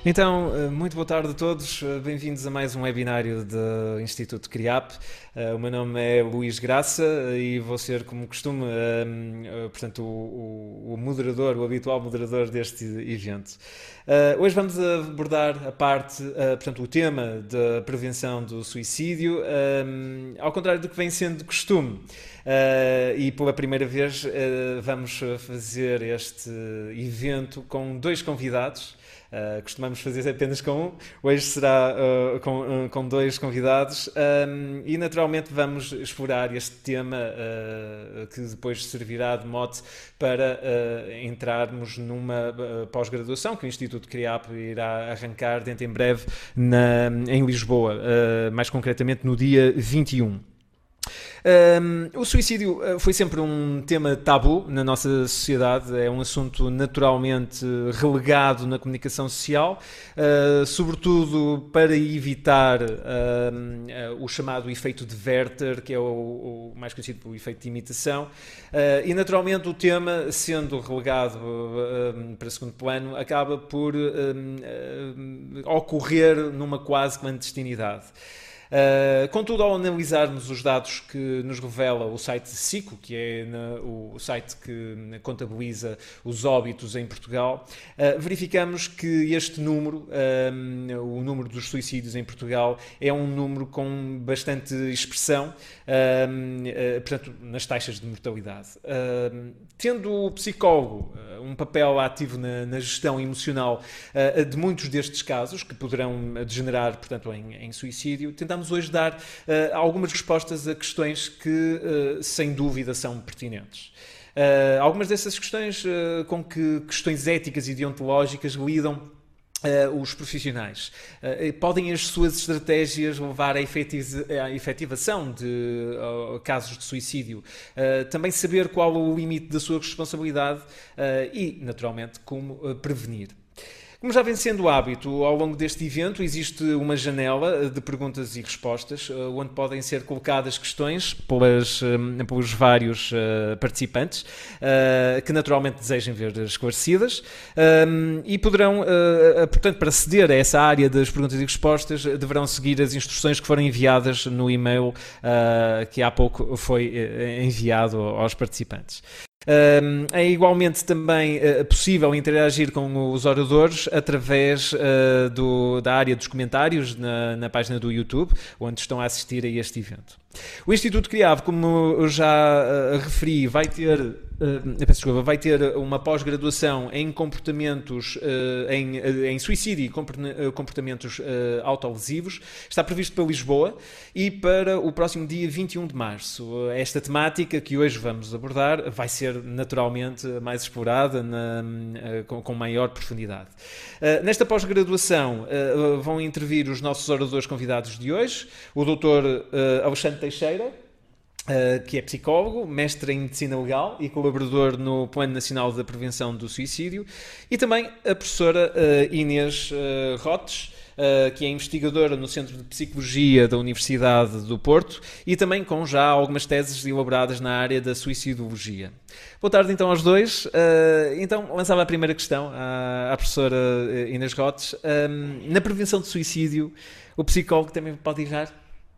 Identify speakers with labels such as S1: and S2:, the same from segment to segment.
S1: Então, muito boa tarde a todos, bem-vindos a mais um webinário do Instituto CRIAP. O meu nome é Luís Graça e vou ser, como costume, portanto, o moderador, o habitual moderador deste evento. Hoje vamos abordar a parte, portanto, o tema da prevenção do suicídio, ao contrário do que vem sendo de costume. E pela primeira vez vamos fazer este evento com dois convidados. Costumamos fazer apenas com um, hoje será com dois convidados e naturalmente vamos explorar este tema que depois servirá de mote para entrarmos numa pós-graduação que o Instituto CRIAP irá arrancar dentro em breve em Lisboa, mais concretamente no dia 21. O suicídio foi sempre um tema tabu na nossa sociedade, é um assunto naturalmente relegado na comunicação social, sobretudo para evitar o chamado efeito de Werther, que é o mais conhecido pelo efeito de imitação, e naturalmente o tema, sendo relegado para segundo plano, acaba por ocorrer numa quase clandestinidade. Contudo, ao analisarmos os dados que nos revela o site SICO, que é o site que contabiliza os óbitos em Portugal, verificamos que este número, o número dos suicídios em Portugal, é um número com bastante expressão, portanto, nas taxas de mortalidade. Tendo o psicólogo um papel ativo na gestão emocional de muitos destes casos, que poderão degenerar, portanto, em suicídio, tentamos hoje dar algumas respostas a questões que, sem dúvida, são pertinentes. Algumas dessas questões, com que questões éticas e deontológicas lidam os profissionais. Podem as suas estratégias levar à efetivação de casos de suicídio. Também saber qual o limite da sua responsabilidade e, naturalmente, como prevenir. Como já vem sendo hábito, ao longo deste evento existe uma janela de perguntas e respostas, onde podem ser colocadas questões pelos vários participantes, que naturalmente desejem ver esclarecidas, e poderão, portanto, para aceder a essa área das perguntas e respostas, deverão seguir as instruções que foram enviadas no e-mail que há pouco foi enviado aos participantes. É igualmente também possível interagir com os oradores através da área dos comentários na página do YouTube, onde estão a assistir a este evento. O Instituto CRIAP, como eu já referi, vai ter uma pós-graduação em comportamentos, em suicídio e comportamentos autolesivos. Está previsto para Lisboa e para o próximo dia 21 de março. Esta temática que hoje vamos abordar vai ser naturalmente mais explorada com maior profundidade. Nesta pós-graduação vão intervir os nossos oradores convidados de hoje, o Dr. Alexandre Teixeira, que é psicólogo, mestre em Medicina Legal e colaborador no Plano Nacional da Prevenção do Suicídio, e também a professora Inês Rotes, que é investigadora no Centro de Psicologia da Universidade do Porto e também com já algumas teses elaboradas na área da suicidologia. Boa tarde então aos dois. Então lançava a primeira questão à professora Inês Rotes. Na prevenção de suicídio, o psicólogo também pode errar?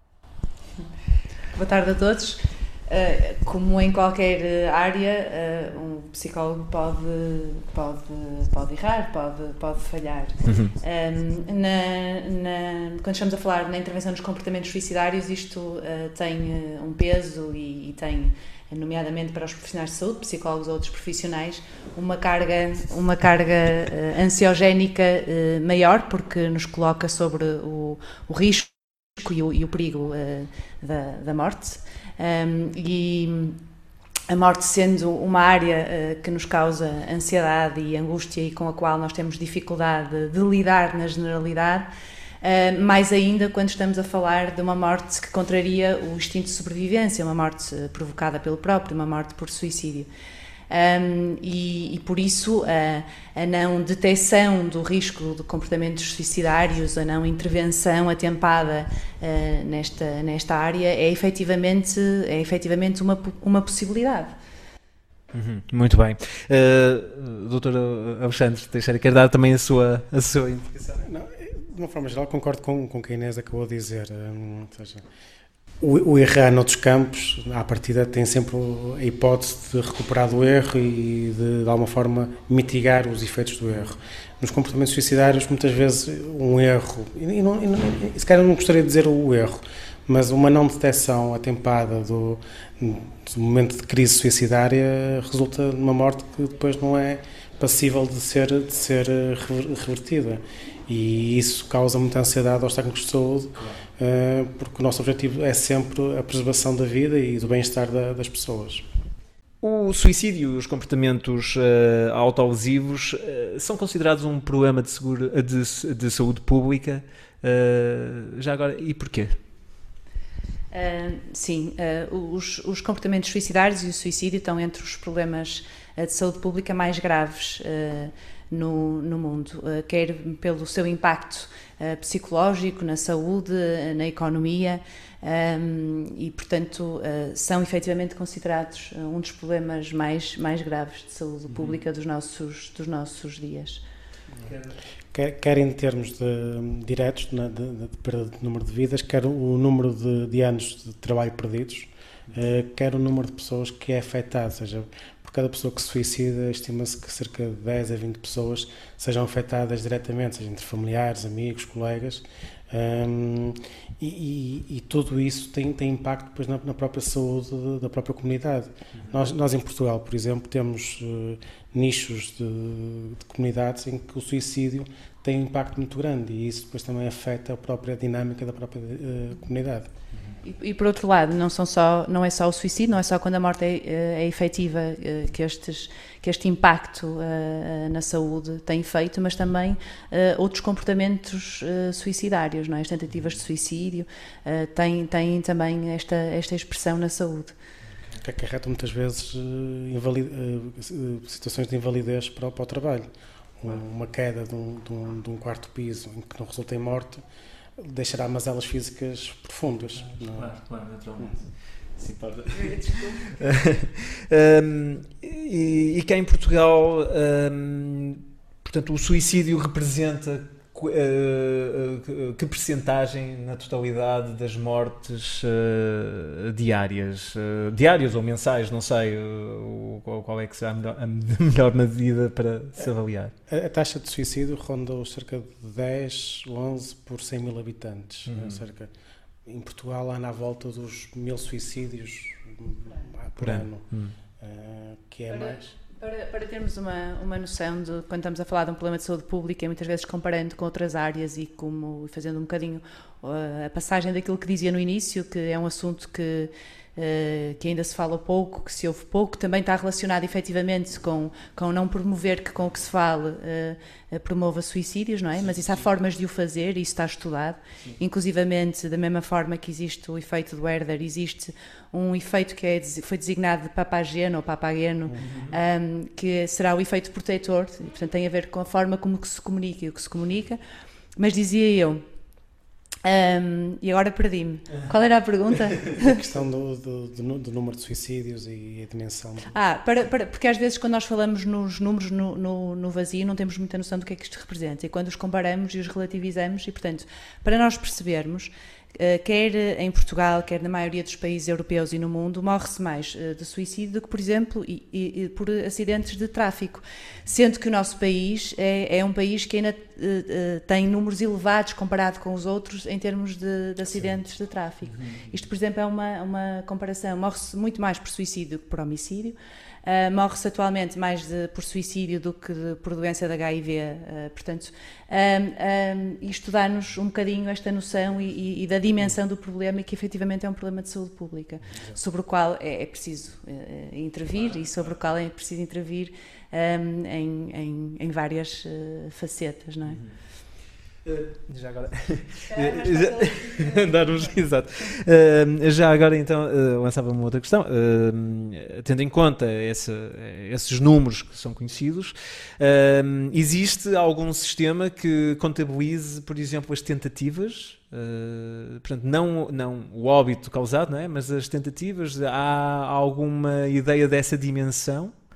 S2: Boa tarde a todos. Como em qualquer área, um psicólogo pode errar, pode falhar. Quando estamos a falar na intervenção dos comportamentos suicidários, isto tem um peso e tem, nomeadamente para os profissionais de saúde, psicólogos ou outros profissionais, uma carga ansiogénica maior, porque nos coloca sobre o risco e o perigo da morte, e a morte sendo uma área que nos causa ansiedade e angústia e com a qual nós temos dificuldade de lidar na generalidade, mais ainda quando estamos a falar de uma morte que contraria o instinto de sobrevivência, uma morte provocada pelo próprio, uma morte por suicídio. E por isso a não detecção do risco de comportamentos suicidários, a não intervenção atempada nesta área é efetivamente uma possibilidade.
S1: Muito bem. Doutor Alexandre Teixeira, quer dar também a sua indicação?
S3: Não, de uma forma geral, concordo com o que a Inês acabou de dizer. Ou seja, o errar noutros campos, à partida, tem sempre a hipótese de recuperar do erro e de alguma forma mitigar os efeitos do erro. Nos comportamentos suicidários, muitas vezes, um erro, e se calhar não gostaria de dizer o erro, mas uma não detecção atempada do momento de crise suicidária resulta numa morte que depois não é passível de ser revertida. E isso causa muita ansiedade aos técnicos de saúde, porque o nosso objetivo é sempre a preservação da vida e do bem-estar das pessoas.
S1: O suicídio e os comportamentos autolesivos são considerados um problema de saúde pública. Já agora, e porquê?
S2: Sim, os comportamentos suicidários e o suicídio estão entre os problemas de saúde pública mais graves no mundo, quer pelo seu impacto psicológico, na saúde, na economia, e portanto são efetivamente considerados um dos problemas mais graves de saúde pública dos nossos dias.
S3: Quer em termos diretos de perda de número de vidas, quer o número de anos de trabalho perdidos, quer o número de pessoas que é afetado, ou seja, por cada pessoa que se suicida, estima-se que cerca de 10 a 20 pessoas sejam afetadas diretamente, seja entre familiares, amigos, colegas, e tudo isso tem impacto depois na própria saúde da própria comunidade. Nós em Portugal, por exemplo, temos nichos de comunidades em que o suicídio tem um impacto muito grande e isso depois também afeta a própria dinâmica da própria comunidade.
S2: E por outro lado, não é só o suicídio, não é só quando a morte é efetiva que este impacto na saúde tem efeito, mas também outros comportamentos suicidários, não é? As tentativas de suicídio têm também esta expressão na saúde.
S3: Que acarreta muitas vezes situações de invalidez para o trabalho. Uma queda de um quarto piso em que não resulta em morte deixará mazelas físicas profundas.
S1: Claro, naturalmente. Sim, pode. E cá em Portugal, portanto, o suicídio representa que percentagem na totalidade das mortes diárias ou mensais, não sei qual é que será a melhor medida para se avaliar.
S3: A taxa de suicídio ronda cerca de 10, 11 por 100 mil habitantes. Em Portugal há na volta dos 1000 suicídios por ano, que é mais...
S2: Para termos uma noção de quando estamos a falar de um problema de saúde pública, muitas vezes comparando com outras áreas e fazendo um bocadinho a passagem daquilo que dizia no início, que é um assunto que ainda se fala pouco, que se ouve pouco, também está relacionado efetivamente com não promover que com o que se fale promova suicídios, não é? Mas isso há formas de o fazer e isso está estudado. Sim. Inclusivamente, da mesma forma que existe o efeito do Herder, existe um efeito que foi designado de papageno ou papageno, que será o efeito protetor, e, portanto tem a ver com a forma como se comunica e o que se comunica. Mas dizia eu, e agora perdi-me. Qual era a pergunta?
S3: A questão do número de suicídios e a dimensão.
S2: Porque às vezes quando nós falamos nos números no vazio não temos muita noção do que é que isto representa e quando os comparamos e os relativizamos e portanto, para nós percebermos, quer em Portugal, quer na maioria dos países europeus e no mundo, morre-se mais de suicídio do que, por exemplo, por acidentes de tráfico, sendo que o nosso país é um país que ainda tem números elevados comparado com os outros em termos de acidentes de tráfico. Isto, por exemplo, é uma comparação, morre-se muito mais por suicídio do que por homicídio. Morre-se atualmente mais por suicídio do que por doença de HIV, portanto, isto dá-nos um bocadinho esta noção e da dimensão do problema e que efetivamente é um problema de saúde pública, sobre o qual é preciso intervir e sobre o qual é preciso intervir em várias facetas, não é?
S1: Já agora exato. Já agora então lançava uma outra questão, tendo em conta esses números que são conhecidos, existe algum sistema que contabilize, por exemplo, as tentativas? Portanto, não o óbito causado, não é? Mas as tentativas, há alguma ideia dessa dimensão?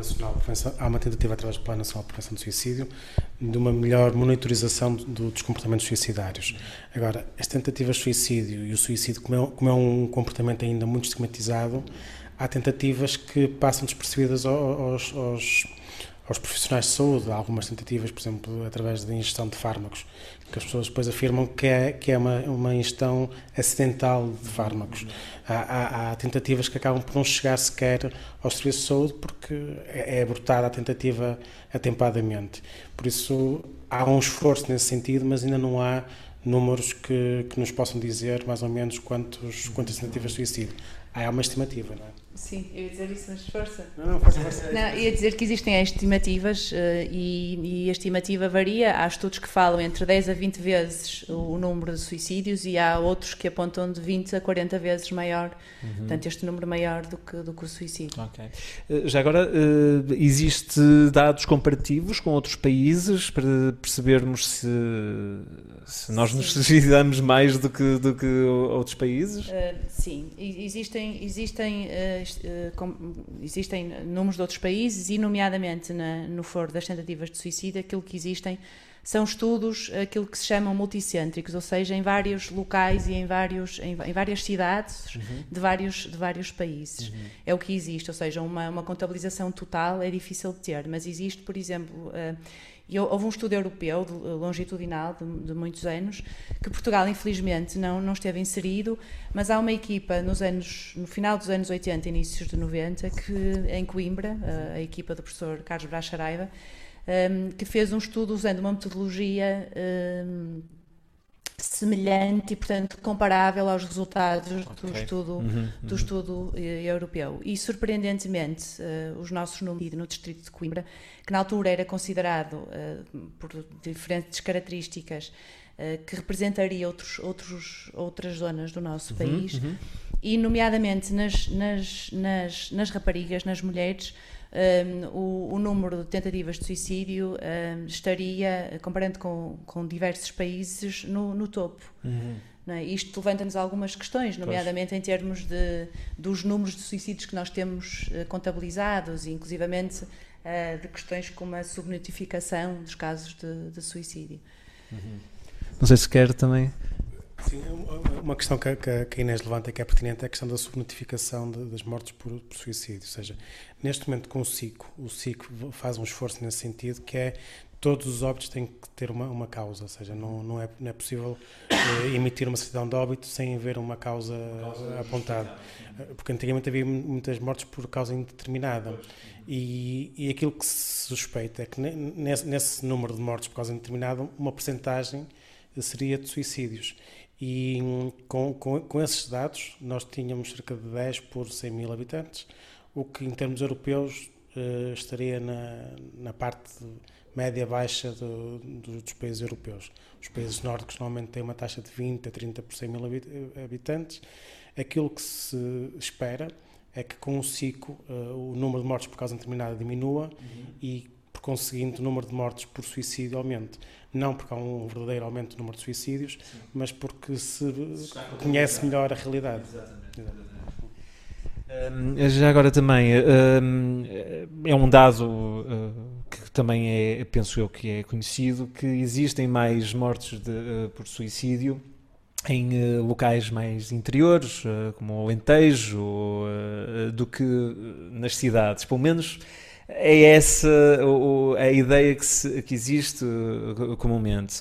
S3: Nacional de Prevenção, há uma tentativa através do Plano Nacional de Prevenção do Suicídio de uma melhor monitorização dos comportamentos suicidários. Agora, as tentativas de suicídio e o suicídio, como é um comportamento ainda muito estigmatizado, há tentativas que passam despercebidas aos profissionais de saúde. Há algumas tentativas, por exemplo, através da ingestão de fármacos, que as pessoas depois afirmam que é uma ingestão acidental de fármacos. Há tentativas que acabam por não chegar sequer aos serviços de saúde porque é abortada a tentativa atempadamente. Por isso, há um esforço nesse sentido, mas ainda não há números que nos possam dizer mais ou menos quantas tentativas de suicídio. Há uma estimativa, não é?
S2: Sim, eu ia dizer isso, mas força.
S3: Não, força.
S2: Não, ia dizer que existem estimativas e a estimativa varia. Há estudos que falam entre 10 a 20 vezes o número de suicídios e há outros que apontam de 20 a 40 vezes maior. Portanto, este número maior do que o suicídio.
S1: Okay. Já agora, existe dados comparativos com outros países para percebermos se nós nos suicidamos mais do que outros países?
S2: Sim, existem números de outros países e, nomeadamente, no foro das tentativas de suicídio, aquilo que existem são estudos, aquilo que se chamam multicêntricos, ou seja, em vários locais e em várias cidades de vários países. É o que existe, ou seja, uma contabilização total é difícil de ter, mas existe, por exemplo... houve um estudo europeu longitudinal de muitos anos que Portugal infelizmente não esteve inserido, mas há uma equipa no final dos anos 80, inícios de 90, em Coimbra, a equipa do professor Carlos Brás Saraiva, que fez um estudo usando uma metodologia semelhante e, portanto, comparável aos resultados do estudo europeu. E, surpreendentemente, os nossos números no distrito de Coimbra, que na altura era considerado, por diferentes características, que representaria outras zonas do nosso país, e, nomeadamente, nas raparigas, nas mulheres, o número de tentativas de suicídio estaria, comparando com diversos países, no topo. Não é? Isto levanta-nos algumas questões, nomeadamente em termos dos números de suicídios que nós temos contabilizados, e inclusivamente de questões como a subnotificação dos casos de suicídio.
S1: Não sei se quer também...
S3: Sim, uma questão que a Inês levanta que é pertinente é a questão da subnotificação das mortes por suicídio. Ou seja, neste momento com o SIC faz um esforço nesse sentido, que é todos os óbitos têm que ter uma causa, ou seja, não é possível emitir uma certidão de óbito sem haver uma causa apontada. Porque antigamente havia muitas mortes por causa indeterminada. E aquilo que se suspeita é que nesse número de mortes por causa indeterminada, uma percentagem seria de suicídios. E com esses dados nós tínhamos cerca de 10 por 100 mil habitantes, o que em termos europeus estaria na parte média-baixa dos países europeus. Os países nórdicos normalmente têm uma taxa de 20 a 30 por 100 mil habitantes. Aquilo que se espera é que com o ciclo o número de mortes por causa indeterminada diminua e, por conseguinte, o número de mortes por suicídio aumente. Não porque há um verdadeiro aumento do número de suicídios, mas porque se conhece melhor a realidade. Exatamente.
S1: Já agora também é um dado que também penso eu que é conhecido, que existem mais mortes por suicídio em locais mais interiores, como o Alentejo, do que nas cidades. Pelo menos é essa a ideia que existe comumente.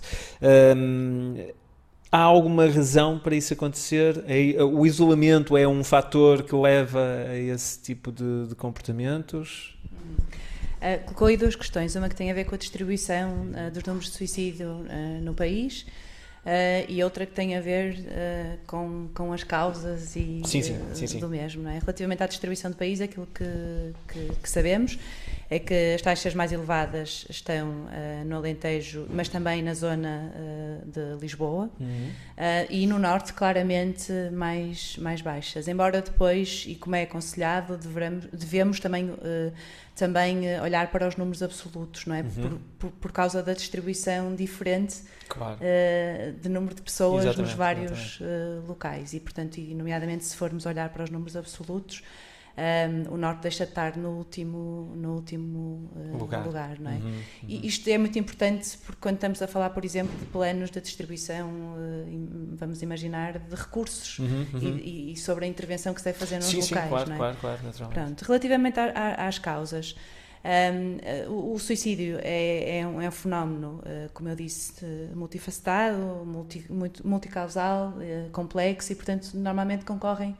S1: Há alguma razão para isso acontecer? O isolamento é um fator que leva a esse tipo de comportamentos?
S2: Colocou aí duas questões. Uma que tem a ver com a distribuição dos números de suicídio no país, e outra que tem a ver com as causas e
S1: sim.
S2: do mesmo. Não é? Relativamente à distribuição do país, aquilo que sabemos é que as taxas mais elevadas estão no Alentejo, mas também na zona de Lisboa, e no Norte claramente mais baixas. Embora depois, e como é aconselhado, devemos também olhar para os números absolutos, não é? Por causa da distribuição diferente,
S1: claro,
S2: de número de pessoas nos vários
S1: exatamente.
S2: locais. E, portanto, nomeadamente se formos olhar para os números absolutos, o Norte deixa de estar no último lugar, não é? E isto é muito importante porque quando estamos a falar, por exemplo, de planos de distribuição, vamos imaginar, de recursos e sobre a intervenção que se deve fazer nos locais,
S1: claro,
S2: não é?
S1: Claro, naturalmente.
S2: Pronto, relativamente às causas, o suicídio é um fenómeno, como eu disse, multifacetado, multicausal, complexo e, portanto, normalmente concorrem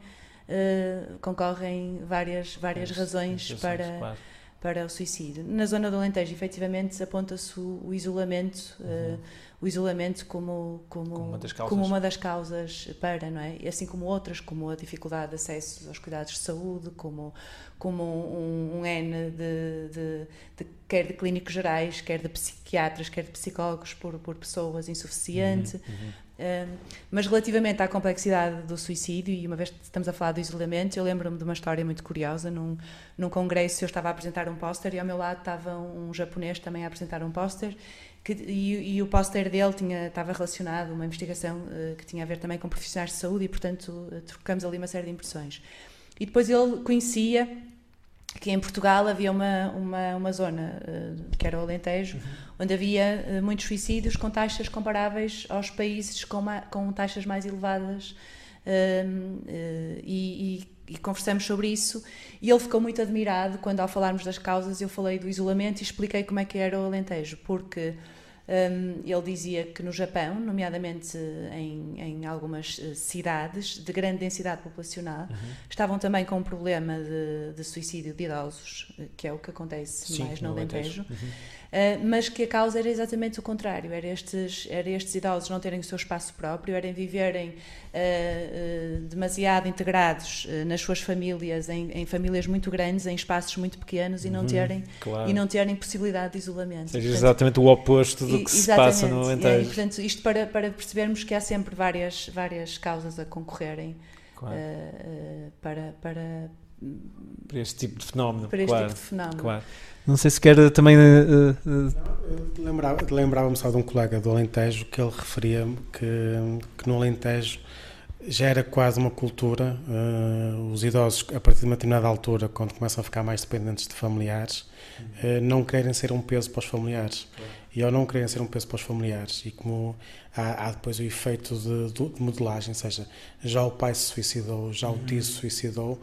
S2: várias razões para o suicídio. Na zona do Alentejo, efetivamente, aponta-se o isolamento como uma das causas para, não é? Assim como outras, como a dificuldade de acesso aos cuidados de saúde, como um N quer de clínicos gerais, quer de psiquiatras, quer de psicólogos por pessoas insuficiente. Mas relativamente à complexidade do suicídio, e uma vez que estamos a falar do isolamento, eu lembro-me de uma história muito curiosa. Num congresso eu estava a apresentar um póster e ao meu lado estava um japonês também a apresentar um póster e o póster dele estava relacionado a uma investigação que tinha a ver também com profissionais de saúde e, portanto, trocamos ali uma série de impressões. E depois ele conhecia que em Portugal havia uma zona, que era o Alentejo, onde havia muitos suicídios com taxas comparáveis aos países com taxas mais elevadas, e conversamos sobre isso, e ele ficou muito admirado quando, ao falarmos das causas, eu falei do isolamento e expliquei como é que era o Alentejo, porque ele dizia que no Japão, nomeadamente em algumas cidades de grande densidade populacional, estavam também com um problema de suicídio de idosos, que é o que acontece mais no Alentejo. Mas que a causa era exatamente o contrário, era estes idosos não terem o seu espaço próprio, era viverem demasiado integrados nas suas famílias, em famílias muito grandes, em espaços muito pequenos e não terem possibilidade de isolamento.
S1: Seja exatamente o oposto do que se passa no Alentejo.
S2: E, portanto, isto para percebermos que há sempre várias causas a concorrerem para
S1: este tipo de fenómeno.
S2: Claro.
S1: Não sei se quer também...
S3: Lembrava-me só de um colega do Alentejo que ele referia-me que no Alentejo já era quase uma cultura, os idosos, a partir de uma determinada altura, quando começam a ficar mais dependentes de familiares, não querem ser um peso para os familiares. E ao não quererem ser um peso para os familiares, e como há depois o efeito de modelagem, ou seja, já o pai se suicidou, já o tio se suicidou,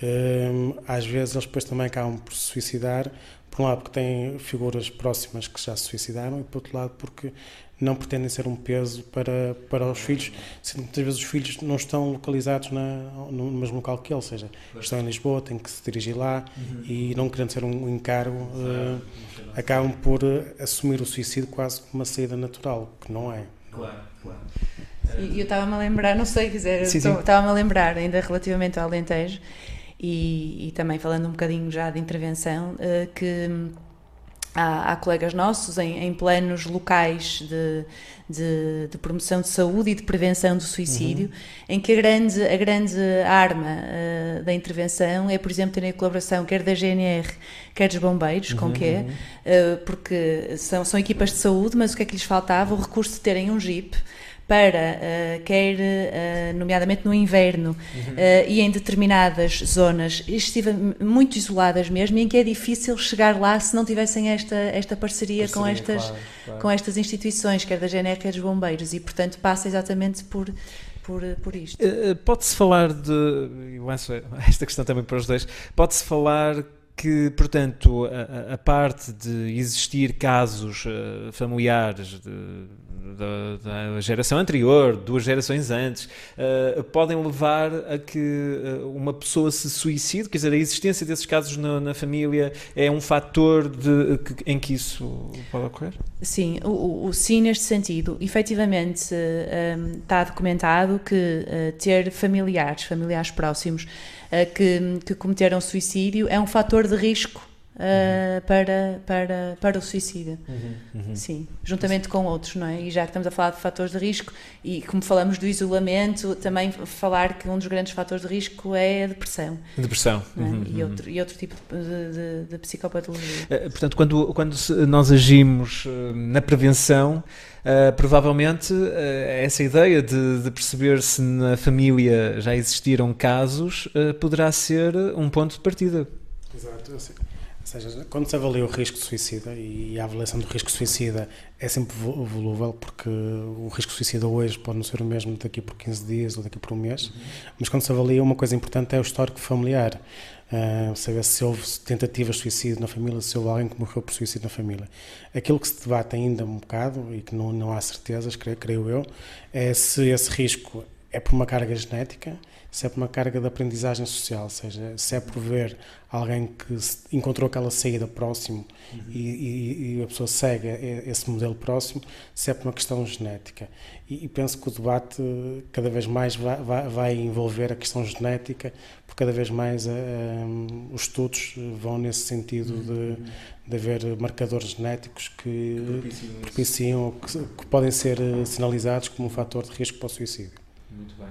S3: às vezes eles depois também acabam por se suicidar, por um lado porque têm figuras próximas que já se suicidaram, e por outro lado porque não pretendem ser um peso para os filhos, sendo que muitas vezes os filhos não estão localizados no mesmo local que eles, ou seja, estão em Lisboa, têm que se dirigir lá, e não querendo ser um encargo, acabam por assumir o suicídio quase como uma saída natural, que não é.
S2: Claro. E eu estava-me a lembrar, não sei, estava-me a lembrar ainda relativamente ao Alentejo, e também falando um bocadinho já de intervenção, que há colegas nossos em planos locais de promoção de saúde e de prevenção do suicídio, em que a grande arma da intervenção é, por exemplo, ter a colaboração quer da GNR, quer dos bombeiros, porque são equipas de saúde, mas o que é que lhes faltava? O recurso de terem um jeep para, nomeadamente no inverno, e em determinadas zonas muito isoladas mesmo, em que é difícil chegar lá se não tivessem esta parceria com estas instituições, quer da GNR, quer dos bombeiros, e portanto passa exatamente por isto.
S1: Pode-se falar de... Eu lanço esta questão também para os dois. Pode-se falar que, portanto, a parte de existir casos familiares da geração anterior, 2 gerações antes, podem levar a que uma pessoa se suicide, quer dizer, a existência desses casos na família é um fator em que isso pode ocorrer?
S2: Sim, sim, neste sentido. Efetivamente, está documentado que ter familiares próximos que cometeram suicídio é um fator de risco para o suicídio. Sim, juntamente com outros, não é? E já que estamos a falar de fatores de risco, e como falamos do isolamento, também falar que um dos grandes fatores de risco é a depressão.
S1: Depressão.
S2: E outro tipo de psicopatologia.
S1: Portanto, quando nós agimos na prevenção, provavelmente essa ideia de perceber se na família já existiram casos poderá ser um ponto de partida.
S3: Exato. Ou seja, quando se avalia o risco de suicida, e a avaliação do risco de suicida é sempre volúvel, porque o risco de suicida hoje pode não ser o mesmo daqui por 15 dias ou daqui por um mês, mas quando se avalia, uma coisa importante é o histórico familiar. Saber se houve tentativas de suicídio na família, se houve alguém que morreu por suicídio na família. Aquilo que se debate ainda um bocado, e que não há certezas, creio eu, é se esse risco é por uma carga genética, se é por uma carga de aprendizagem social, ou seja, se é por ver alguém que encontrou aquela saída próximo e a pessoa segue esse modelo próximo, se é por uma questão genética. E penso que o debate cada vez mais vai envolver a questão genética, porque cada vez mais os estudos vão nesse sentido de haver marcadores genéticos que propiciam ou que podem ser sinalizados como um fator de risco para o suicídio.
S1: Muito bem.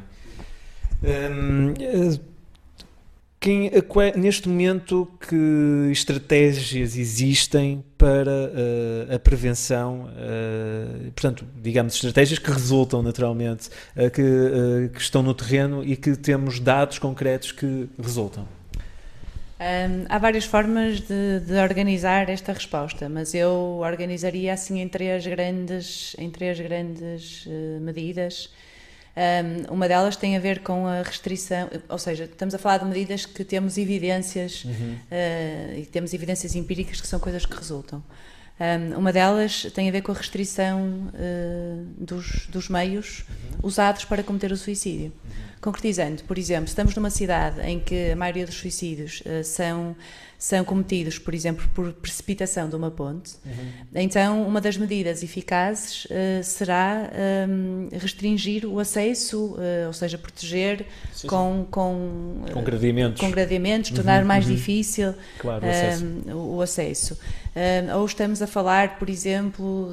S1: Neste momento, que estratégias existem para a prevenção, portanto, digamos, estratégias que resultam naturalmente, que estão no terreno e que temos dados concretos que resultam?
S2: Há várias formas de organizar esta resposta, mas eu organizaria assim em três grandes medidas. Uma delas tem a ver com a restrição, ou seja, estamos a falar de medidas que temos evidências e temos evidências empíricas que são coisas que resultam. Uma delas tem a ver com a restrição dos meios usados para cometer o suicídio. Concretizando, por exemplo, estamos numa cidade em que a maioria dos suicídios são cometidos, por exemplo, por precipitação de uma ponte, então uma das medidas eficazes será restringir o acesso, ou seja, proteger com gradiamentos, tornar mais difícil o acesso. Ou estamos a falar, por exemplo,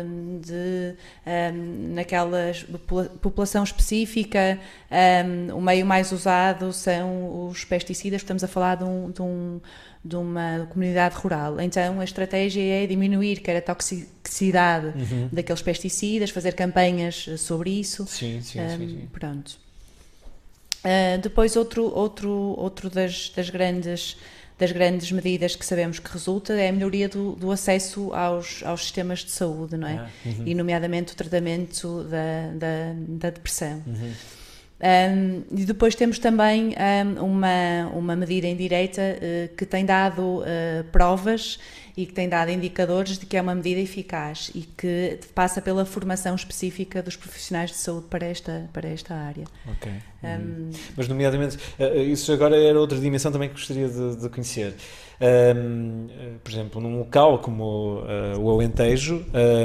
S2: naquela população específica, o meio mais usado são os pesticidas, estamos a falar de uma comunidade rural. Então a estratégia é diminuir quer a toxicidade daqueles pesticidas, fazer campanhas sobre isso. Sim. Pronto. Depois outro das grandes medidas que sabemos que resulta é a melhoria do acesso aos sistemas de saúde, não é? E nomeadamente o tratamento da depressão. E depois temos também uma medida indireita que tem dado provas e que tem dado indicadores de que é uma medida eficaz e que passa pela formação específica dos profissionais de saúde para esta área. Ok.
S1: Mas, nomeadamente, isso agora era outra dimensão também que gostaria de conhecer. Por exemplo, num local como o Alentejo,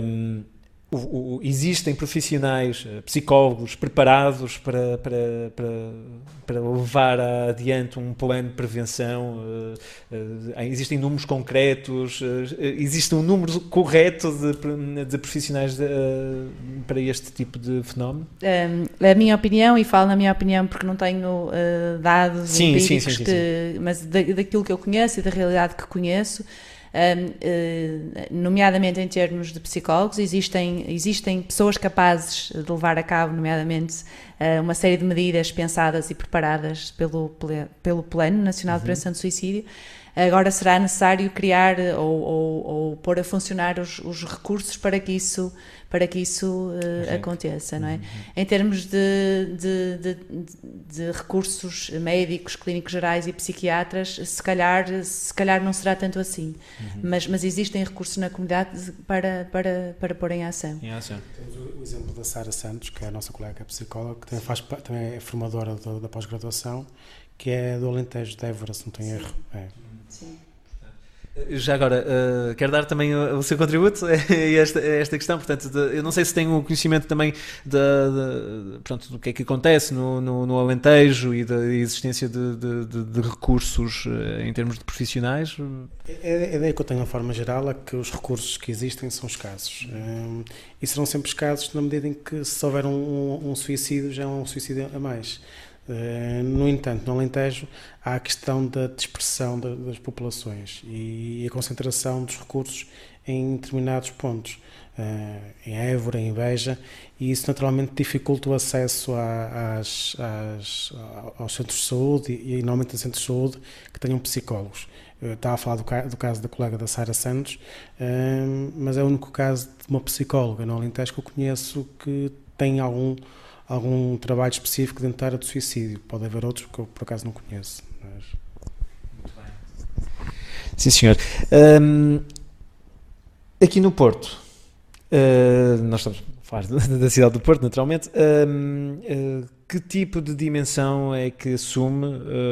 S1: existem profissionais, psicólogos preparados para levar adiante um plano de prevenção, existem números concretos, existe um número correto de profissionais para este tipo de fenómeno?
S2: A minha opinião, e falo na minha opinião porque não tenho dados empíricos, mas daquilo que eu conheço e da realidade que conheço, nomeadamente em termos de psicólogos, existem pessoas capazes de levar a cabo, nomeadamente, uma série de medidas pensadas e preparadas pelo Plano Nacional de Prevenção de Suicídio. Agora será necessário criar ou pôr a funcionar os recursos para que isso aconteça, não é? Em termos de recursos médicos, clínicos gerais e psiquiatras, se calhar não será tanto assim, mas existem recursos na comunidade para pôr em ação.
S3: Temos o exemplo da Sara Santos, que é a nossa colega psicóloga, que também é formadora da pós-graduação, que é do Alentejo de Évora, se não tenho erro.
S2: Sim.
S1: Já agora, quero dar também o seu contributo a esta questão. Portanto, eu não sei se tem o conhecimento também pronto, do que é que acontece no Alentejo e da existência de recursos em termos de profissionais.
S3: A ideia que eu tenho, de forma geral, é que os recursos que existem são escassos. E serão sempre escassos na medida em que, se houver um suicídio, já é um suicídio a mais. No entanto, no Alentejo há a questão da dispersão das populações e a concentração dos recursos em determinados pontos, em Évora, em Beja, e isso naturalmente dificulta o acesso aos centros de saúde e normalmente a centros de saúde que tenham psicólogos. Eu estava a falar do caso da colega da Sara Santos, mas é o único caso de uma psicóloga no Alentejo que eu conheço que tem algum trabalho específico dentro da área do suicídio. Pode haver outros que eu por acaso não conheço. Mas...
S1: Muito bem. Sim, senhor. Aqui no Porto, nós estamos a falar da cidade do Porto, naturalmente, que tipo de dimensão é que assume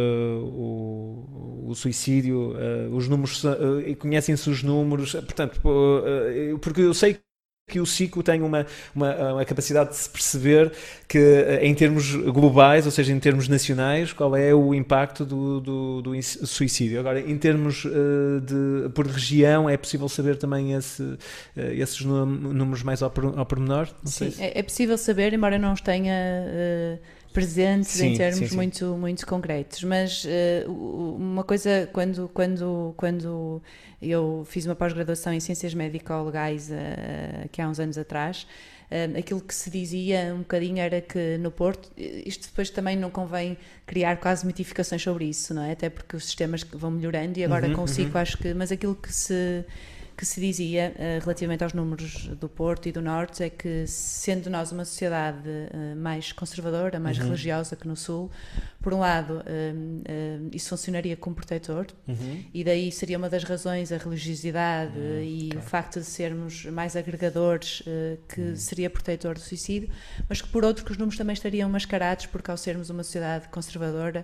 S1: o suicídio? Os números, conhecem-se os números? Portanto, porque eu sei que o ciclo tem uma capacidade de se perceber que, em termos globais, ou seja, em termos nacionais, qual é o impacto do suicídio. Agora, em termos por região, é possível saber também esses números mais ao pormenor?
S2: Sim, é possível saber, embora não os tenha presentes em termos muito, muito concretos, mas uma coisa, quando eu fiz uma pós-graduação em Ciências Médico-Legais aqui há uns anos atrás, aquilo que se dizia um bocadinho era que no Porto, isto depois também não convém criar quase mitificações sobre isso, não é? Até porque os sistemas vão melhorando e agora consigo, acho que, mas aquilo que se dizia relativamente aos números do Porto e do Norte é que, sendo nós uma sociedade mais conservadora, mais religiosa que no Sul, por um lado, isso funcionaria como protetor, e daí seria uma das razões a religiosidade e o facto de sermos mais agregadores, que seria protetor do suicídio, mas que, por outro, que os números também estariam mascarados, porque ao sermos uma sociedade conservadora,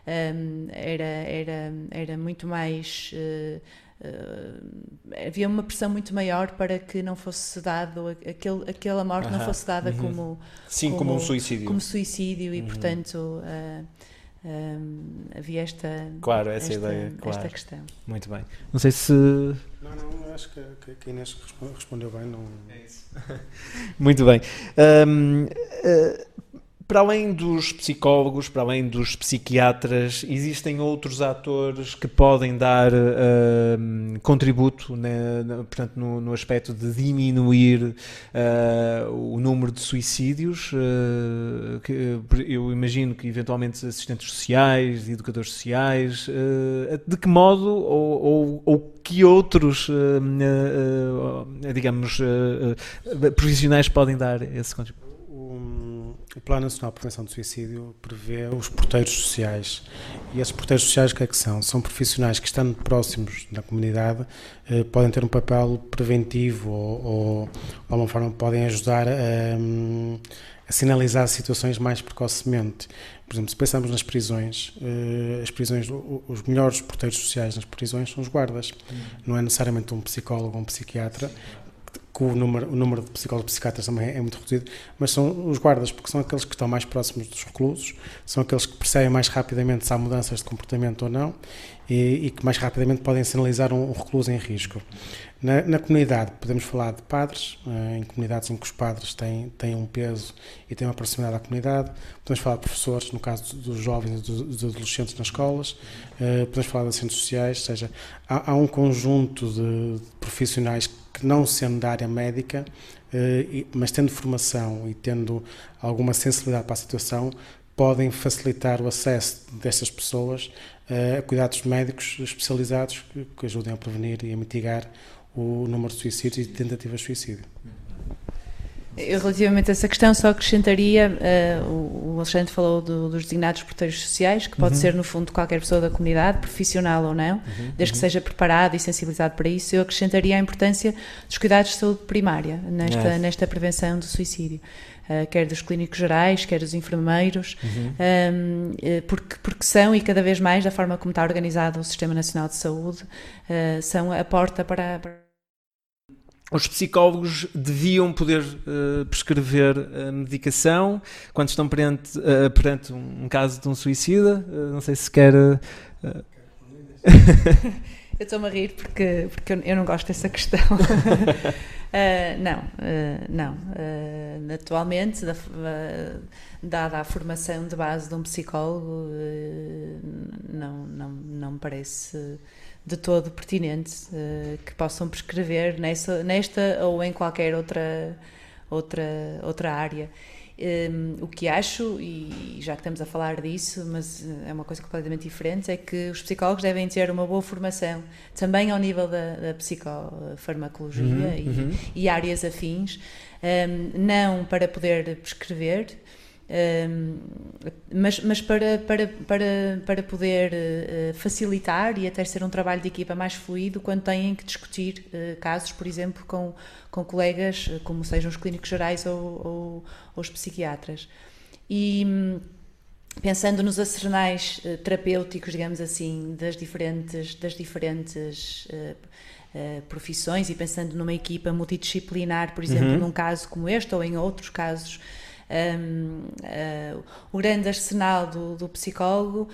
S2: era muito mais... havia uma pressão muito maior para que não fosse dado aquela morte não fosse dada como
S1: um suicídio,
S3: Uhum.
S2: E portanto havia esta
S1: ideia,
S2: esta questão.
S1: Muito bem, não sei se
S3: não, acho que a Inês respondeu bem, não...
S1: É isso. Muito bem. Para além dos psicólogos, para além dos psiquiatras, existem outros atores que podem dar contributo, portanto, no aspecto de diminuir o número de suicídios. Eu imagino que, eventualmente, assistentes sociais, educadores sociais, de que modo ou que outros, digamos, profissionais podem dar esse contributo?
S3: O Plano Nacional de Prevenção do Suicídio prevê os porteiros sociais. E esses porteiros sociais, o que é que são? São profissionais que, estando próximos da comunidade, podem ter um papel preventivo ou de alguma forma podem ajudar a sinalizar situações mais precocemente. Por exemplo, se pensarmos nas prisões, os melhores porteiros sociais nas prisões são os guardas. Não é necessariamente um psicólogo ou um psiquiatra, que o número de psicólogos e psiquiatras também é muito reduzido, mas são os guardas, porque são aqueles que estão mais próximos dos reclusos, são aqueles que percebem mais rapidamente se há mudanças de comportamento ou não e que mais rapidamente podem sinalizar um recluso em risco. Na comunidade podemos falar de padres, em comunidades em que os padres têm um peso e têm uma proximidade à comunidade, podemos falar de professores, no caso dos jovens e dos adolescentes nas escolas, podemos falar de assistentes sociais, ou seja, há um conjunto de profissionais que, não sendo da área médica, mas tendo formação e tendo alguma sensibilidade para a situação, podem facilitar o acesso destas pessoas a cuidados médicos especializados que ajudem a prevenir e a mitigar o número de suicídios e de tentativas de suicídio.
S2: Eu, relativamente a essa questão, só acrescentaria, o Alexandre falou dos designados porteiros sociais, que pode ser, no fundo, qualquer pessoa da comunidade, profissional ou não, desde que seja preparado e sensibilizado para isso. Eu acrescentaria a importância dos cuidados de saúde primária nesta prevenção do suicídio. quer dos clínicos gerais, quer dos enfermeiros, porque são, e cada vez mais, da forma como está organizado o Sistema Nacional de Saúde, são a porta para...
S1: Os psicólogos deviam poder prescrever medicação quando estão perante um caso de um suicida. Não sei se quer...
S2: Eu estou-me a rir porque eu não gosto dessa questão. Não. Atualmente, dada a formação de base de um psicólogo, não me parece de todo pertinente que possam prescrever nesta ou em qualquer outra área. O que acho, e já que estamos a falar disso, mas é uma coisa completamente diferente, é que os psicólogos devem ter uma boa formação também ao nível da psicofarmacologia e áreas afins, não para poder prescrever, mas para poder facilitar e até ser um trabalho de equipa mais fluido quando têm que discutir casos, por exemplo, com colegas, como sejam os clínicos gerais ou os psiquiatras. E pensando nos arsenais terapêuticos, digamos assim, das diferentes profissões, e pensando numa equipa multidisciplinar, por exemplo, num caso como este ou em outros casos, o grande arsenal do psicólogo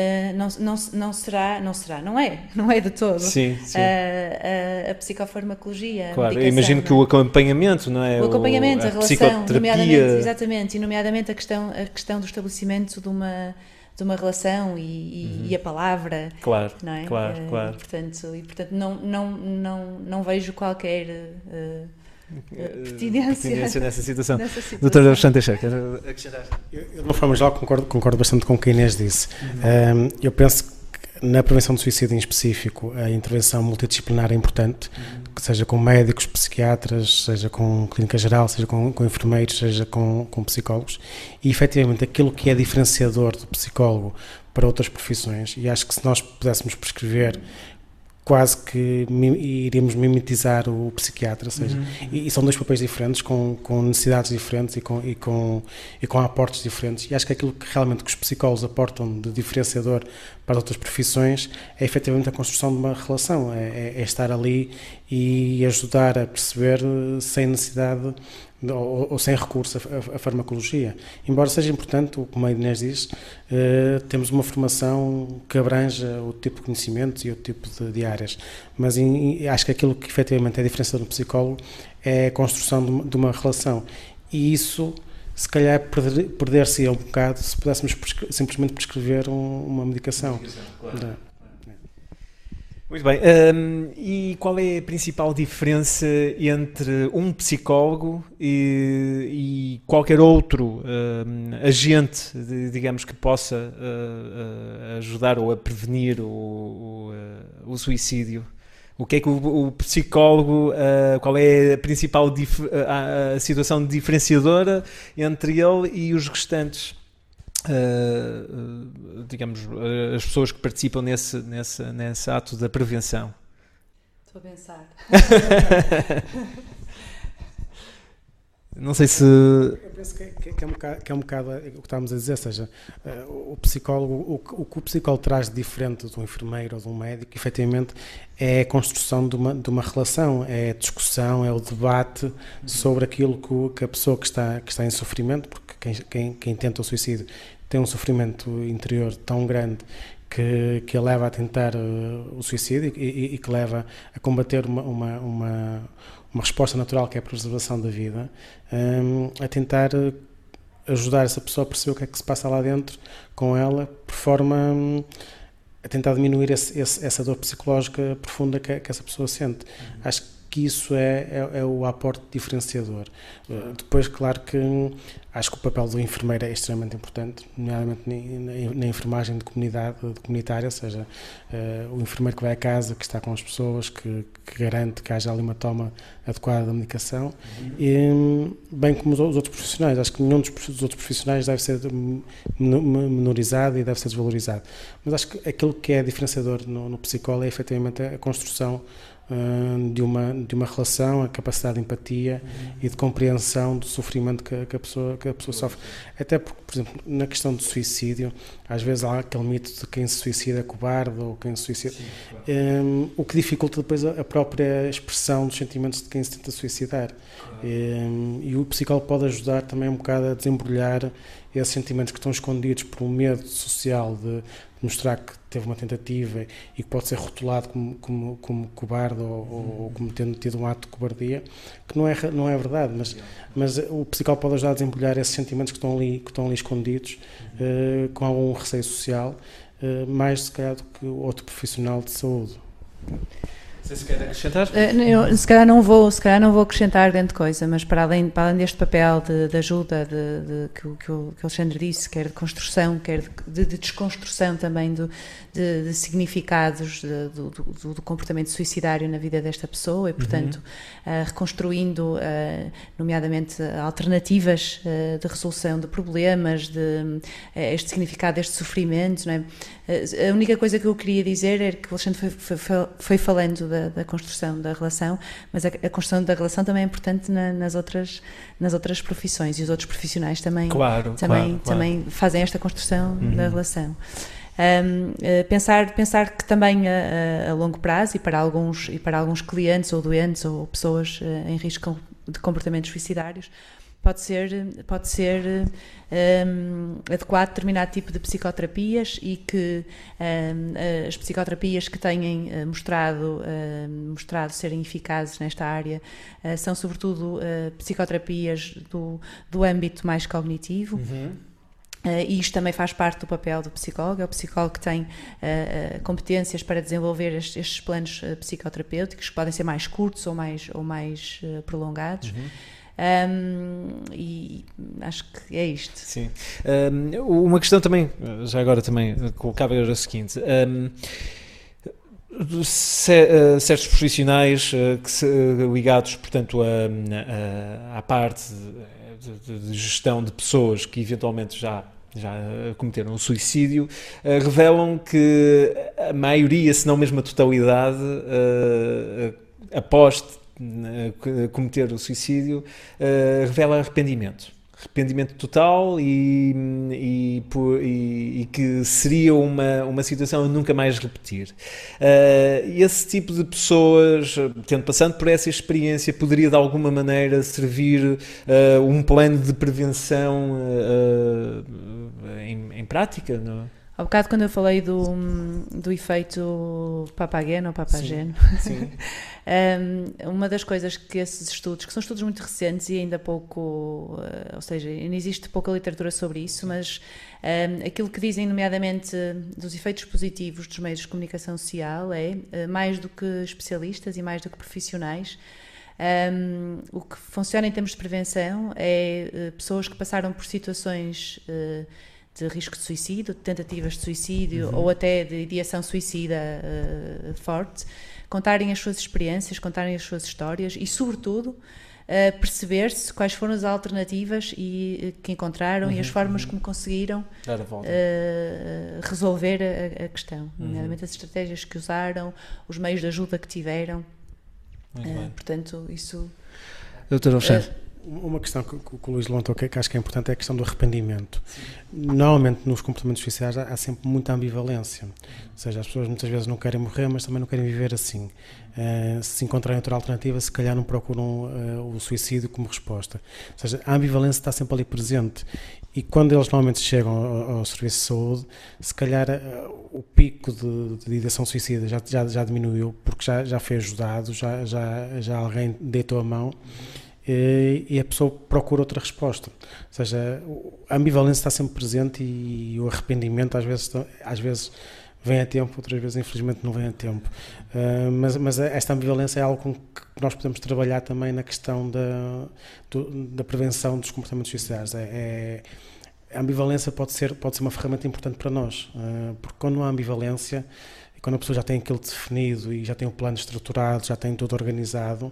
S2: não é de todo.
S1: Sim.
S2: A psicofarmacologia.
S1: Claro, eu imagino que o acompanhamento, não é?
S2: O acompanhamento, a relação, nomeadamente a questão do estabelecimento de uma relação e a palavra.
S1: Claro,
S2: não é?
S1: Claro.
S2: Portanto não vejo qualquer pertinência
S1: nessa situação. Doutor Alexandre Teixeira, quer acrescentar?
S3: Eu, de uma forma geral, concordo bastante com o que a Inês disse. Eu penso que na prevenção do suicídio em específico, a intervenção multidisciplinar é importante, seja com médicos, psiquiatras, seja com clínica geral, seja com enfermeiros, seja com psicólogos, e efetivamente aquilo que é diferenciador do psicólogo para outras profissões, e acho que se nós pudéssemos prescrever, quase que iríamos mimetizar o psiquiatra, ou seja, e são dois papéis diferentes, com necessidades diferentes e com aportes diferentes, e acho que aquilo que realmente que os psicólogos aportam de diferenciador para outras profissões é efetivamente a construção de uma relação, é estar ali e ajudar a perceber sem necessidade ou sem recurso à farmacologia. Embora seja importante, como a Inês diz, temos uma formação que abranja o tipo de conhecimentos e o tipo de áreas, mas acho que aquilo que efetivamente é a diferença do psicólogo é a construção de uma relação, e isso se calhar perder-se um bocado se pudéssemos simplesmente prescrever uma medicação.
S1: Claro. Muito bem, e qual é a principal diferença entre um psicólogo e qualquer outro agente, digamos, que possa ajudar ou a prevenir o suicídio? O que é que o psicólogo, qual é a principal a situação diferenciadora entre ele e os restantes? Digamos, as pessoas que participam nesse ato da prevenção.
S2: Estou a pensar.
S1: Não sei se...
S3: Eu penso que é um bocado o que estávamos a dizer, ou seja, o psicólogo, o que o psicólogo traz de diferente de um enfermeiro ou de um médico, efetivamente, é a construção de uma relação, é a discussão, é o debate sobre aquilo que a pessoa que está em sofrimento, porque quem tenta o suicídio tem um sofrimento interior tão grande que a leva a tentar o suicídio e que leva a combater uma resposta natural, que é a preservação da vida, a tentar ajudar essa pessoa a perceber o que é que se passa lá dentro com ela, por forma a tentar diminuir essa dor psicológica profunda que essa pessoa sente. Acho que isso é o aporte diferenciador. Depois, claro que acho que o papel do enfermeiro é extremamente importante, nomeadamente na enfermagem comunitária, ou seja, o enfermeiro que vai a casa, que está com as pessoas, que garante que haja ali uma toma adequada da medicação, e, bem como os outros profissionais. Acho que nenhum dos outros profissionais deve ser menorizado e deve ser desvalorizado. Mas acho que aquilo que é diferenciador no psicólogo é efetivamente a construção de uma relação, a capacidade de empatia e de compreensão do sofrimento que a pessoa sofre. Até porque, por exemplo, na questão do suicídio, às vezes há aquele mito de quem se suicida é cobarde ou quem se suicida... Sim, claro. O que dificulta depois a própria expressão dos sentimentos de quem se tenta suicidar. Claro. E o psicólogo pode ajudar também um bocado a desembrulhar esses sentimentos que estão escondidos por um medo social de mostrar que teve uma tentativa e que pode ser rotulado como cobarde ou como tendo tido um ato de cobardia, que não é verdade, mas o psicólogo pode ajudar a desembrulhar esses sentimentos que estão ali escondidos, com algum receio social, mais se calhar do que outro profissional de saúde.
S1: Se quer acrescentar?
S2: Eu, se calhar não vou acrescentar grande coisa, mas para além deste papel de ajuda que o Alexandre disse, quer de construção, quer de desconstrução também de significados do comportamento suicidário na vida desta pessoa e, portanto, reconstruindo, nomeadamente, alternativas de resolução de problemas, este significado, este sofrimento, não é? A única coisa que eu queria dizer é que o Alexandre foi falando da construção da relação, mas a construção da relação também é importante nas outras profissões, e os outros profissionais também fazem esta construção da relação. Pensar que também a longo prazo e para alguns clientes ou doentes ou pessoas em risco de comportamentos suicidários pode ser adequado determinado tipo de psicoterapias, e que as psicoterapias que têm mostrado serem eficazes nesta área são sobretudo psicoterapias do âmbito mais cognitivo. E isto também faz parte do papel do psicólogo. É o psicólogo que tem competências para desenvolver estes planos psicoterapêuticos, que podem ser mais curtos ou mais prolongados. E acho que é isto.
S1: Sim. Uma questão também, já agora também colocava era o seguinte: certos profissionais ligados, portanto, à parte de gestão de pessoas que eventualmente já cometeram o suicídio, revelam que a maioria, se não mesmo a totalidade, após cometer o suicídio, revela arrependimento total e que seria uma situação a nunca mais repetir. Esse tipo de pessoas, passando por essa experiência, poderia de alguma maneira servir um plano de prevenção em prática, não é?
S2: Há bocado, quando eu falei do efeito papageno ou papageno, sim. Uma das coisas que esses estudos, que são estudos muito recentes e ainda pouco, ou seja, ainda existe pouca literatura sobre isso, mas aquilo que dizem, nomeadamente, dos efeitos positivos dos meios de comunicação social mais do que especialistas e mais do que profissionais, o que funciona em termos de prevenção é pessoas que passaram por situações de risco de suicídio, de tentativas de suicídio ou até de ideação suicida forte, contarem as suas experiências, contarem as suas histórias e, sobretudo, perceber-se quais foram as alternativas que encontraram e as formas como conseguiram resolver a questão, nomeadamente as estratégias que usaram, os meios de ajuda que tiveram. Portanto, isso...
S1: Doutor Alexandre.
S3: Uma questão que o Luís levantou, que acho que é importante, é a questão do arrependimento. Sim. Normalmente, nos comportamentos suicidários há sempre muita ambivalência. Ou seja, as pessoas muitas vezes não querem morrer, mas também não querem viver assim. Se encontrarem outra alternativa, se calhar não procuram o suicídio como resposta. Ou seja, a ambivalência está sempre ali presente. E quando eles normalmente chegam ao serviço de saúde, se calhar o pico de ideação suicida já diminuiu, porque já foi ajudado, já alguém deitou a mão. E a pessoa procura outra resposta. Ou seja, a ambivalência está sempre presente e o arrependimento às vezes vem a tempo, outras vezes infelizmente não vem a tempo. Mas esta ambivalência é algo com que nós podemos trabalhar também na questão da prevenção dos comportamentos suicidários. A ambivalência pode ser uma ferramenta importante para nós, porque quando não há ambivalência, e quando a pessoa já tem aquilo definido e já tem o plano estruturado, já tem tudo organizado,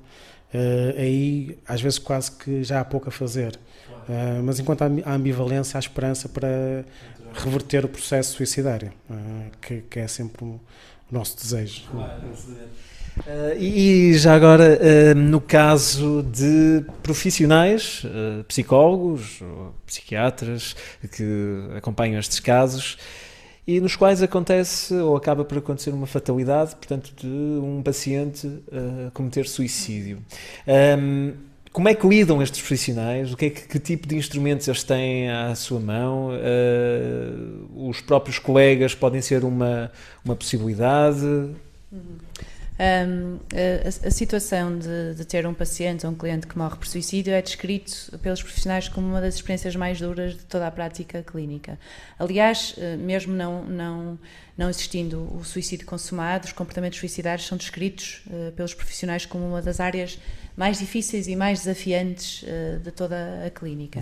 S3: aí às vezes quase que já há pouco a fazer. Mas enquanto há ambivalência, há esperança para reverter o processo suicidário, que é sempre o nosso desejo.
S1: E já agora, no caso de profissionais, psicólogos ou psiquiatras que acompanham estes casos e nos quais acontece ou acaba por acontecer uma fatalidade, portanto, de um paciente cometer suicídio. Como é que lidam estes profissionais? Que tipo de instrumentos eles têm à sua mão? Os próprios colegas podem ser uma possibilidade?
S2: A situação de ter um paciente ou um cliente que morre por suicídio é descrito pelos profissionais como uma das experiências mais duras de toda a prática clínica. Aliás, mesmo não existindo o suicídio consumado, os comportamentos suicidários são descritos pelos profissionais como uma das áreas mais difíceis e mais desafiantes de toda a clínica.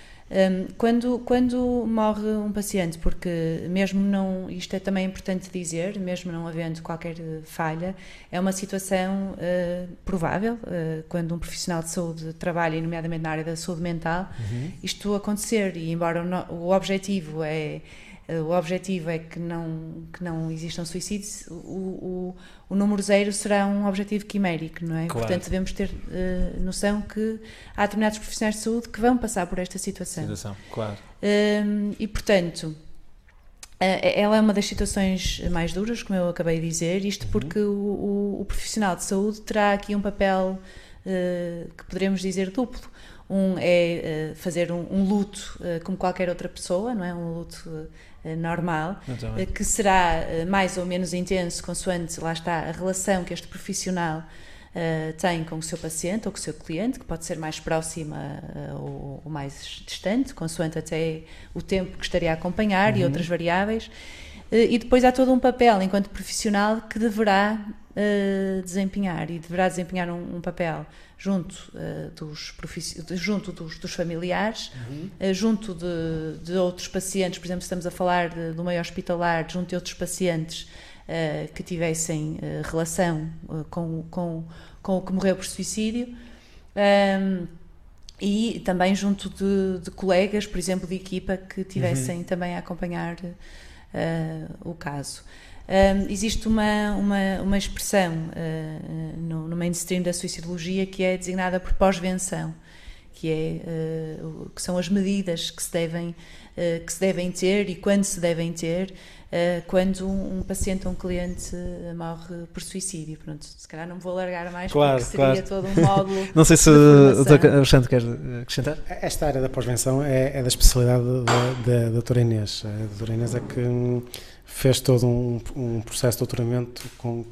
S2: Quando morre um paciente, porque mesmo não, isto é também importante dizer, mesmo não havendo qualquer falha, é uma situação provável, quando um profissional de saúde trabalha, nomeadamente na área da saúde mental, isto acontecer, e embora o objetivo é que não existam suicídios, o número zero será um objetivo quimérico, não é?
S1: Claro.
S2: Portanto, devemos ter noção que há determinados profissionais de saúde que vão passar por esta situação.
S1: Claro.
S2: E, portanto, ela é uma das situações mais duras, como eu acabei de dizer, isto porque o profissional de saúde terá aqui um papel que poderemos dizer duplo. Um é fazer um luto como qualquer outra pessoa, não é? Um luto normal, que será mais ou menos intenso consoante, lá está, a relação que este profissional tem com o seu paciente ou com o seu cliente, que pode ser mais próxima ou mais distante, consoante até o tempo que estaria a acompanhar e outras variáveis. E depois há todo um papel, enquanto profissional, que deverá desempenhar, e deverá desempenhar um papel junto dos familiares, junto de outros pacientes, por exemplo, se estamos a falar do meio hospitalar, junto de outros pacientes que tivessem relação com o que morreu por suicídio, e também junto de colegas, por exemplo, de equipa que tivessem também a acompanhar o caso. Existe uma expressão no mainstream da suicidologia que é designada por pós-venção, que são as medidas que se devem ter e quando se devem ter quando um paciente ou um cliente morre por suicídio. Pronto, se calhar não me vou alargar mais, porque seria todo um módulo.
S1: Não sei se o Dr. Alexandre quer acrescentar.
S3: Esta área da pós-venção é da especialidade da doutora Inês. A doutora Inês é que fez todo um processo de doutoramento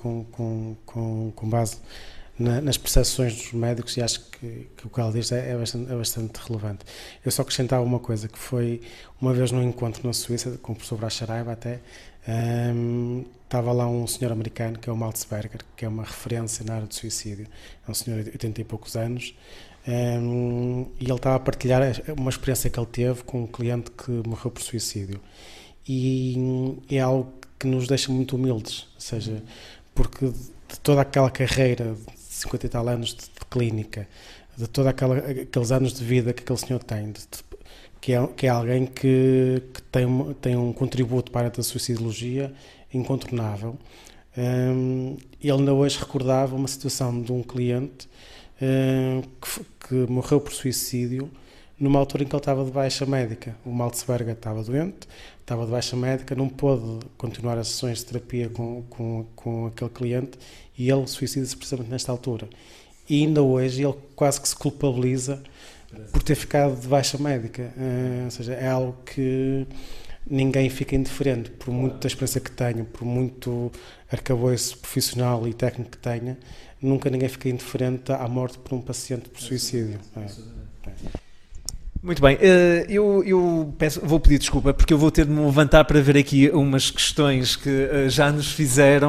S3: com base nas percepções dos médicos, e acho que o que ela diz é bastante relevante. Eu só acrescentava uma coisa, que foi uma vez num encontro na Suíça, com o professor Brás Saraiva até, estava lá um senhor americano, que é o Maltzberger, que é uma referência na área de suicídio, é um senhor de 80 e poucos anos, e ele estava a partilhar uma experiência que ele teve com um cliente que morreu por suicídio. E é algo que nos deixa muito humildes, ou seja, porque de toda aquela carreira de 50 e tal anos de clínica, de todos aqueles anos de vida que aquele senhor tem, que é alguém que tem um contributo para a área da suicidologia incontornável. Ele ainda hoje recordava uma situação de um cliente que morreu por suicídio numa altura em que ele estava de baixa médica. O Maltzberger estava doente, estava de baixa médica, não pôde continuar as sessões de terapia com aquele cliente, e ele suicida-se precisamente nesta altura. E ainda hoje ele quase que se culpabiliza por ter ficado de baixa médica. Ou seja, é algo que ninguém fica indiferente, por muito da experiência que tenha, por muito arcabouço profissional e técnico que tenha, nunca ninguém fica indiferente à morte por um paciente por suicídio.
S1: Muito bem, eu vou pedir desculpa porque eu vou ter de me levantar para ver aqui umas questões que já nos fizeram.